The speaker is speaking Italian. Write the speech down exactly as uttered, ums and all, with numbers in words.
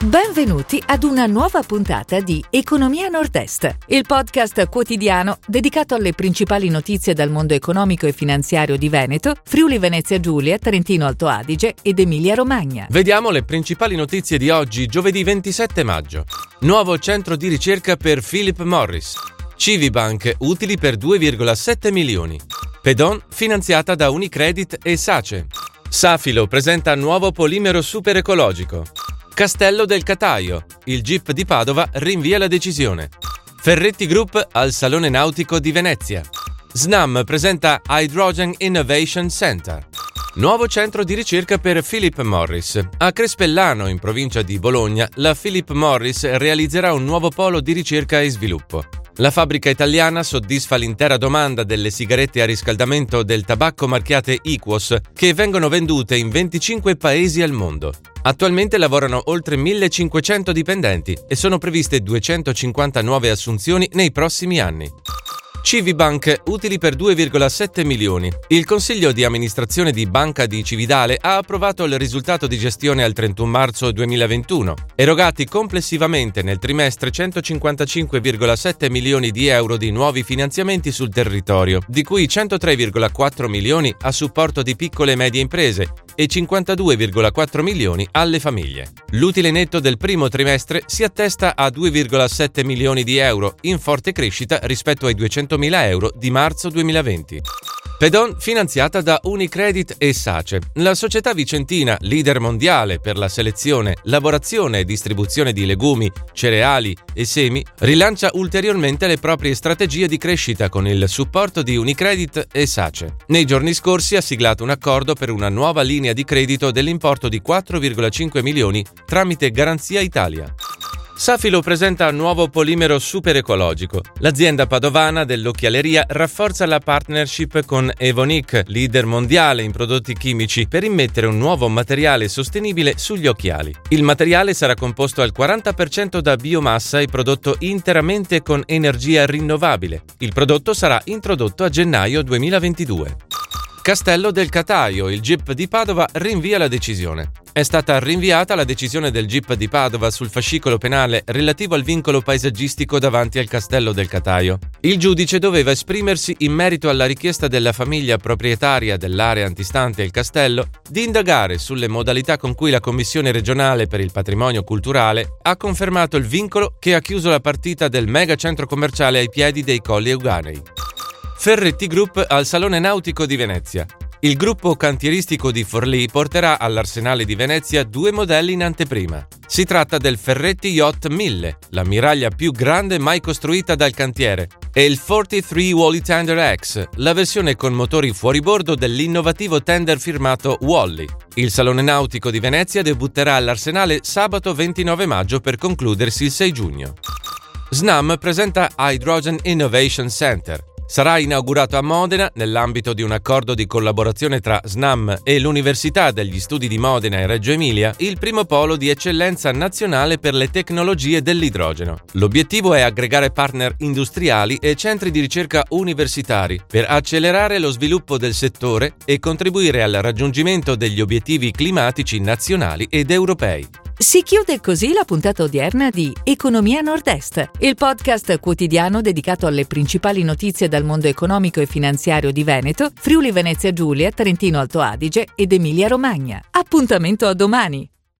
Benvenuti ad una nuova puntata di Economia Nord-Est, il podcast quotidiano dedicato alle principali notizie dal mondo economico e finanziario di Veneto, Friuli Venezia Giulia, Trentino Alto Adige ed Emilia Romagna. Vediamo le principali notizie di oggi, giovedì ventisette maggio. Nuovo centro di ricerca per Philip Morris. Civibank, utili per due virgola sette milioni. Pedon, finanziata da Unicredit e Sace. Safilo presenta nuovo polimero super ecologico. Castello del Cataio, il G I P di Padova rinvia la decisione. Ferretti Group al Salone Nautico di Venezia. Snam presenta Hydrogen Innovation Center. Nuovo centro di ricerca per Philip Morris. A Crespellano, in provincia di Bologna, la Philip Morris realizzerà un nuovo polo di ricerca e sviluppo. La fabbrica italiana soddisfa l'intera domanda delle sigarette a riscaldamento del tabacco marchiate IQOS, che vengono vendute in venticinque paesi al mondo. Attualmente lavorano oltre millecinquecento dipendenti e sono previste duecentocinquanta nuove assunzioni nei prossimi anni. Civibank, utili per due virgola sette milioni. Il consiglio di amministrazione di Banca di Cividale ha approvato il risultato di gestione al trentuno marzo duemilaventuno. Erogati complessivamente nel trimestre centocinquantacinque virgola sette milioni di euro di nuovi finanziamenti sul territorio, di cui centotré virgola quattro milioni a supporto di piccole e medie imprese e cinquantadue virgola quattro milioni alle famiglie. L'utile netto del primo trimestre si attesta a due virgola sette milioni di euro, in forte crescita rispetto ai duecentomila euro di marzo duemilaventi. Pedon, finanziata da Unicredit e Sace. La società vicentina, leader mondiale per la selezione, lavorazione e distribuzione di legumi, cereali e semi, rilancia ulteriormente le proprie strategie di crescita con il supporto di Unicredit e Sace. Nei giorni scorsi ha siglato un accordo per una nuova linea di credito dell'importo di quattro virgola cinque milioni tramite Garanzia Italia. Safilo presenta un nuovo polimero super ecologico. L'azienda padovana dell'occhialeria rafforza la partnership con Evonik, leader mondiale in prodotti chimici, per immettere un nuovo materiale sostenibile sugli occhiali. Il materiale sarà composto al quaranta per cento da biomassa e prodotto interamente con energia rinnovabile. Il prodotto sarà introdotto a gennaio duemilaventidue. Castello del Cataio, il G I P di Padova rinvia la decisione. È stata rinviata la decisione del G I P di Padova sul fascicolo penale relativo al vincolo paesaggistico davanti al Castello del Cataio. Il giudice doveva esprimersi in merito alla richiesta della famiglia proprietaria dell'area antistante il castello di indagare sulle modalità con cui la Commissione regionale per il patrimonio culturale ha confermato il vincolo che ha chiuso la partita del mega centro commerciale ai piedi dei Colli Euganei. Ferretti Group al Salone Nautico di Venezia. Il gruppo cantieristico di Forlì porterà all'Arsenale di Venezia due modelli in anteprima. Si tratta del Ferretti Yacht mille, l'ammiraglia più grande mai costruita dal cantiere, e il quarantatré Wally Tender X, la versione con motori fuoribordo dell'innovativo tender firmato Wally. Il Salone Nautico di Venezia debutterà all'Arsenale sabato ventinove maggio per concludersi il sei giugno. Snam presenta Hydrogen Innovation Center. Sarà inaugurato a Modena, nell'ambito di un accordo di collaborazione tra Snam e l'Università degli Studi di Modena e Reggio Emilia, il primo polo di eccellenza nazionale per le tecnologie dell'idrogeno. L'obiettivo è aggregare partner industriali e centri di ricerca universitari per accelerare lo sviluppo del settore e contribuire al raggiungimento degli obiettivi climatici nazionali ed europei. Si chiude così la puntata odierna di Economia Nord-Est, il podcast quotidiano dedicato alle principali notizie dal mondo economico e finanziario di Veneto, Friuli Venezia Giulia, Trentino Alto Adige ed Emilia Romagna. Appuntamento a domani!